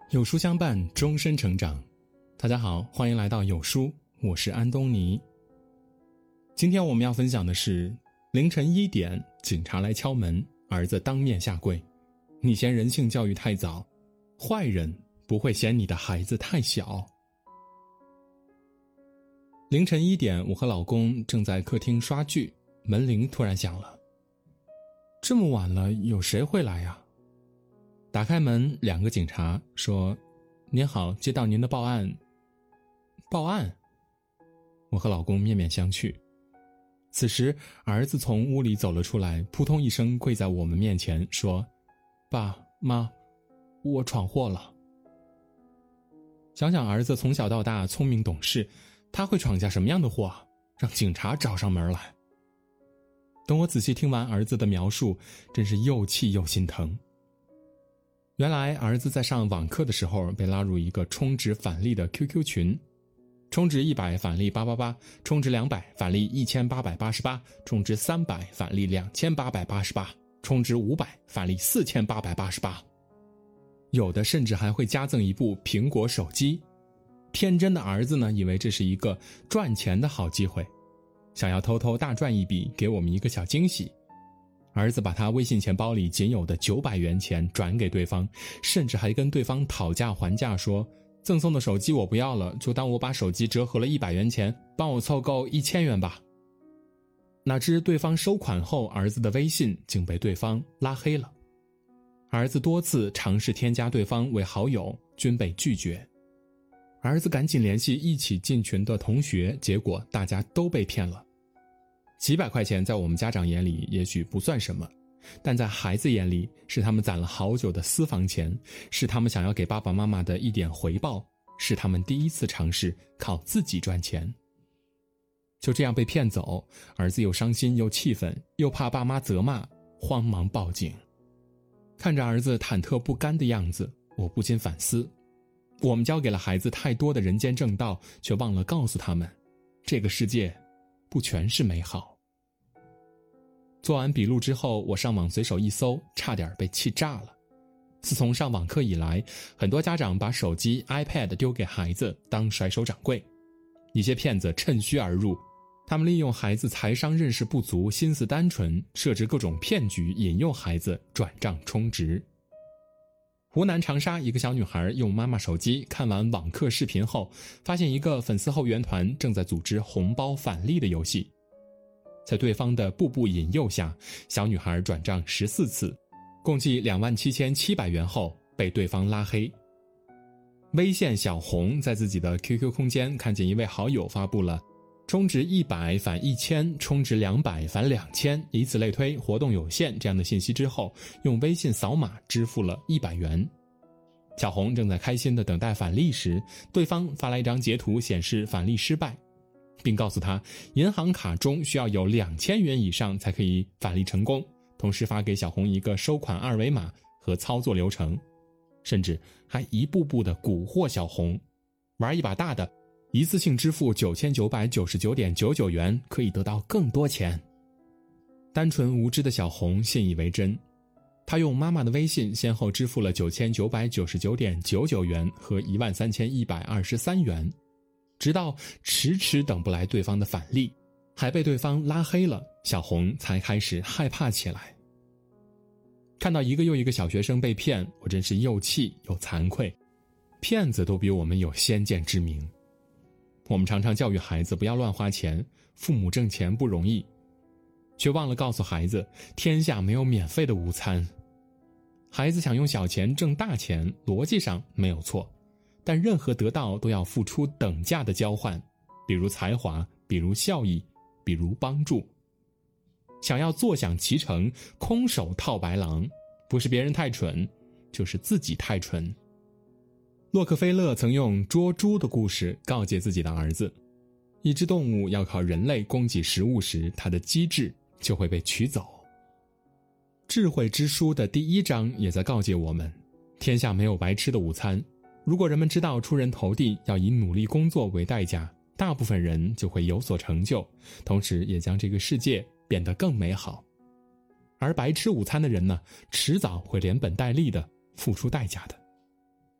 有书相伴，终身成长。大家好，欢迎来到有书，我是安东尼。今天我们要分享的是凌晨1点，警察来敲门，儿子当面下跪。你嫌人性教育太早，坏人不会嫌你的孩子太小。凌晨1点，我和老公正在客厅刷剧，门铃突然响了。这么晚了，有谁会来呀？打开门，2个警察说：“您好，接到您的报案。”报案？我和老公面面相觑。此时，儿子从屋里走了出来，扑通一声跪在我们面前，说：“爸妈，我闯祸了。”想想儿子从小到大聪明懂事，他会闯下什么样的祸，让警察找上门来？等我仔细听完儿子的描述，真是又气又心疼。原来儿子在上网课的时候被拉入一个充值返利的 QQ 群，充值100返利888，充值200返利1888，充值300返利2888，充值500返利4888，有的甚至还会加赠一部苹果手机。天真的儿子呢，以为这是一个赚钱的好机会，想要偷偷大赚一笔，给我们一个小惊喜。儿子把他微信钱包里仅有的900元钱转给对方，甚至还跟对方讨价还价说，赠送的手机我不要了，就当我把手机折合了100元钱，帮我凑够1000元吧。哪知对方收款后，儿子的微信竟被对方拉黑了。儿子多次尝试添加对方为好友，均被拒绝。儿子赶紧联系一起进群的同学，结果大家都被骗了。几百块钱在我们家长眼里也许不算什么，但在孩子眼里是他们攒了好久的私房钱，是他们想要给爸爸妈妈的一点回报，是他们第一次尝试靠自己赚钱。就这样被骗走，儿子又伤心又气愤，又怕爸妈责骂，慌忙报警。看着儿子忐忑不甘的样子，我不禁反思，我们教给了孩子太多的人间正道，却忘了告诉他们，这个世界不全是美好。做完笔录之后，我上网随手一搜，差点被气炸了。自从上网课以来，很多家长把手机 iPad 丢给孩子当甩手掌柜，一些骗子趁虚而入，他们利用孩子财商认识不足，心思单纯，设置各种骗局，引诱孩子转账充值。湖南长沙一个小女孩用妈妈手机看完网课视频后，发现一个粉丝后援团正在组织红包返利的游戏。在对方的步步引诱下，小女孩转账14次，共计27700元后被对方拉黑。微线小红在自己的 QQ 空间看见一位好友发布了充值100返1000，充值200返2000，以此类推，活动有限这样的信息之后，用微信扫码支付了100元。小红正在开心地等待返利时，对方发来一张截图显示返利失败，并告诉他银行卡中需要有2000元以上才可以返利成功，同时发给小红一个收款二维码和操作流程，甚至还一步步地蛊惑小红，玩一把大的，一次性支付9999.99元可以得到更多钱。单纯无知的小红信以为真，她用妈妈的微信先后支付了9999.99元和13123元，直到迟迟等不来对方的返利，还被对方拉黑了，小红才开始害怕起来。看到一个又一个小学生被骗，我真是又气又惭愧，骗子都比我们有先见之明。我们常常教育孩子不要乱花钱，父母挣钱不容易，却忘了告诉孩子，天下没有免费的午餐。孩子想用小钱挣大钱，逻辑上没有错，但任何得到都要付出等价的交换，比如才华，比如效益，比如帮助。想要坐享其成，空手套白狼，不是别人太蠢，就是自己太蠢。洛克菲勒曾用捉猪的故事告诫自己的儿子，一只动物要靠人类供给食物时，它的机智就会被取走。智慧之书的第1章也在告诫我们，天下没有白吃的午餐，如果人们知道出人头地要以努力工作为代价，大部分人就会有所成就，同时也将这个世界变得更美好。而白吃午餐的人呢，迟早会连本带利的付出代价的。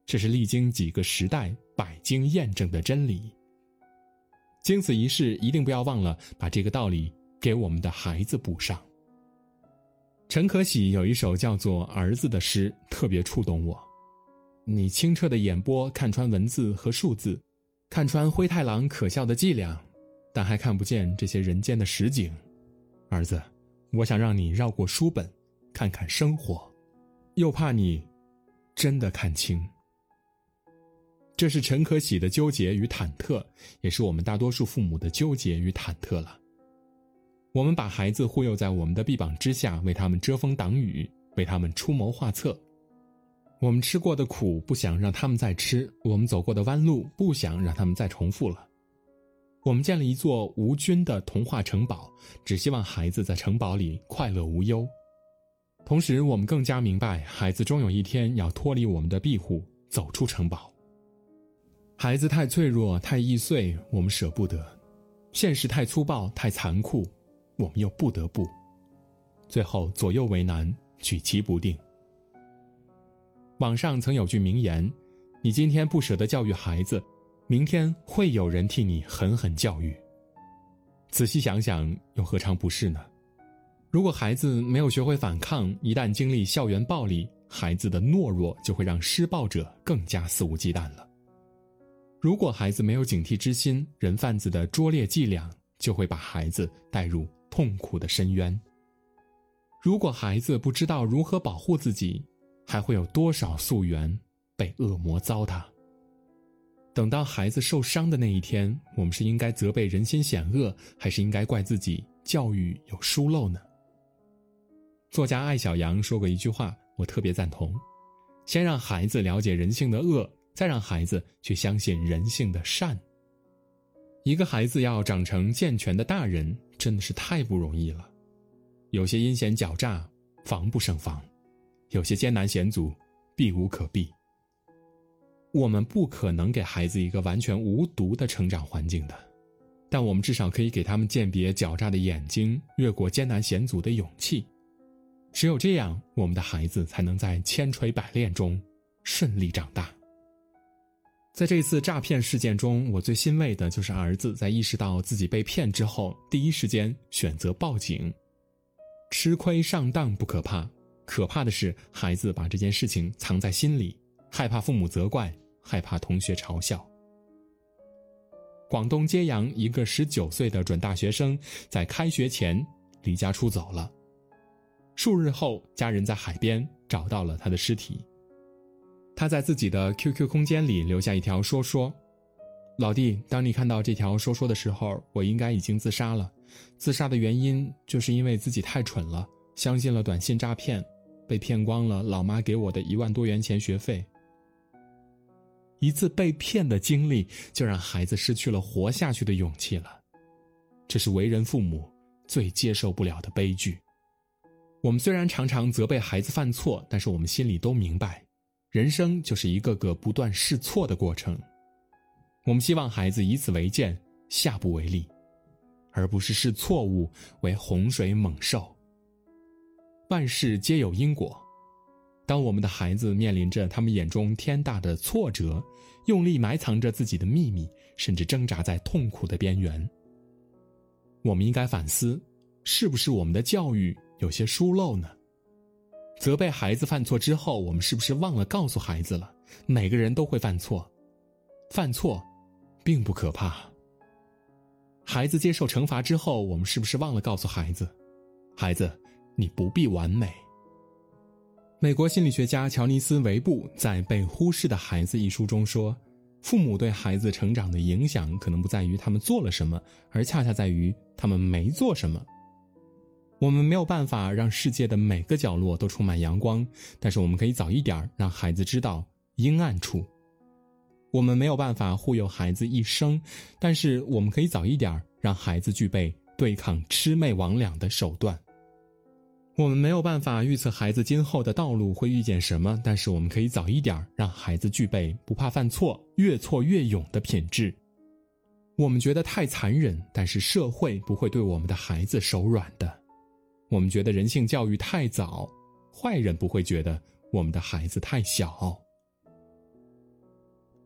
这是历经几个时代百经验证的真理。经此一事，一定不要忘了把这个道理给我们的孩子补上。陈可喜有一首叫做《儿子》的诗，特别触动我。你清澈的眼波看穿文字和数字，看穿灰太狼可笑的伎俩，但还看不见这些人间的实景。儿子，我想让你绕过书本，看看生活，又怕你真的看清。这是陈可喜的纠结与忐忑，也是我们大多数父母的纠结与忐忑了。我们把孩子护佑在我们的臂膀之下，为他们遮风挡雨，为他们出谋划策。我们吃过的苦不想让他们再吃，我们走过的弯路不想让他们再重复了。我们建了一座无菌的童话城堡，只希望孩子在城堡里快乐无忧。同时我们更加明白，孩子终有一天要脱离我们的庇护，走出城堡。孩子太脆弱太易碎，我们舍不得；现实太粗暴太残酷，我们又不得不。最后左右为难，举棋不定。网上曾有句名言，你今天不舍得教育孩子，明天会有人替你狠狠教育。仔细想想，又何尝不是呢？如果孩子没有学会反抗，一旦经历校园暴力，孩子的懦弱就会让施暴者更加肆无忌惮了。如果孩子没有警惕之心，人贩子的拙劣伎俩就会把孩子带入痛苦的深渊。如果孩子不知道如何保护自己，还会有多少溯源被恶魔糟蹋？等到孩子受伤的那一天，我们是应该责备人心险恶，还是应该怪自己教育有疏漏呢？作家艾小羊说过一句话，我特别赞同：先让孩子了解人性的恶，再让孩子去相信人性的善。一个孩子要长成健全的大人，真的是太不容易了。有些阴险狡诈，防不胜防；有些艰难险阻，避无可避。我们不可能给孩子一个完全无毒的成长环境的，但我们至少可以给他们鉴别狡诈的眼睛，越过艰难险阻的勇气。只有这样，我们的孩子才能在千锤百炼中顺利长大。在这次诈骗事件中，我最欣慰的就是儿子在意识到自己被骗之后，第一时间选择报警。吃亏上当不可怕，可怕的是孩子把这件事情藏在心里，害怕父母责怪，害怕同学嘲笑。广东揭阳一个19岁的准大学生在开学前离家出走了。数日后，家人在海边找到了他的尸体。他在自己的 QQ 空间里留下一条说说：老弟，当你看到这条说说的时候，我应该已经自杀了。自杀的原因就是因为自己太蠢了，相信了短信诈骗，被骗光了老妈给我的1万多元钱学费。一次被骗的经历，就让孩子失去了活下去的勇气了。这是为人父母最接受不了的悲剧。我们虽然常常责备孩子犯错，但是我们心里都明白，人生就是一个个不断试错的过程。我们希望孩子以此为鉴，下不为例，而不是视错误为洪水猛兽。万事皆有因果，当我们的孩子面临着他们眼中天大的挫折，用力埋藏着自己的秘密，甚至挣扎在痛苦的边缘，我们应该反思，是不是我们的教育有些疏漏呢？责备孩子犯错之后，我们是不是忘了告诉孩子了，每个人都会犯错，犯错并不可怕。孩子接受惩罚之后，我们是不是忘了告诉孩子，孩子，你不必完美。美国心理学家乔尼斯·维布在《被忽视的孩子》一书中说，父母对孩子成长的影响可能不在于他们做了什么，而恰恰在于他们没做什么。我们没有办法让世界的每个角落都充满阳光，但是我们可以早一点让孩子知道阴暗处。我们没有办法护佑孩子一生，但是我们可以早一点让孩子具备对抗魑魅魍魉的手段。我们没有办法预测孩子今后的道路会遇见什么，但是我们可以早一点让孩子具备不怕犯错、越挫越勇的品质。我们觉得太残忍，但是社会不会对我们的孩子手软的。我们觉得人性教育太早，坏人不会觉得我们的孩子太小。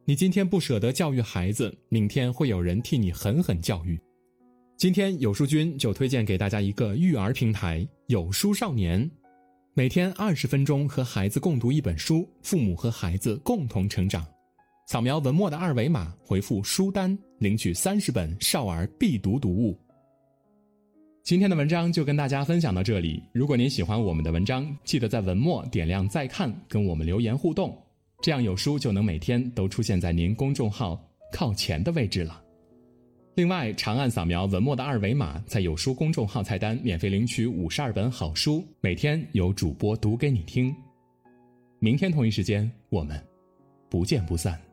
你今天不舍得教育孩子，明天会有人替你狠狠教育。今天有书君就推荐给大家一个育儿平台有书少年，每天20分钟和孩子共读一本书，父母和孩子共同成长。扫描文末的2维码，回复书单，领取30本少儿必读读物。今天的文章就跟大家分享到这里，如果您喜欢我们的文章，记得在文末点亮再看，跟我们留言互动，这样有书就能每天都出现在您公众号靠前的位置了。另外，长按扫描文末的2维码，在有书公众号菜单免费领取52本好书，每天有主播读给你听。明天同一时间，我们不见不散。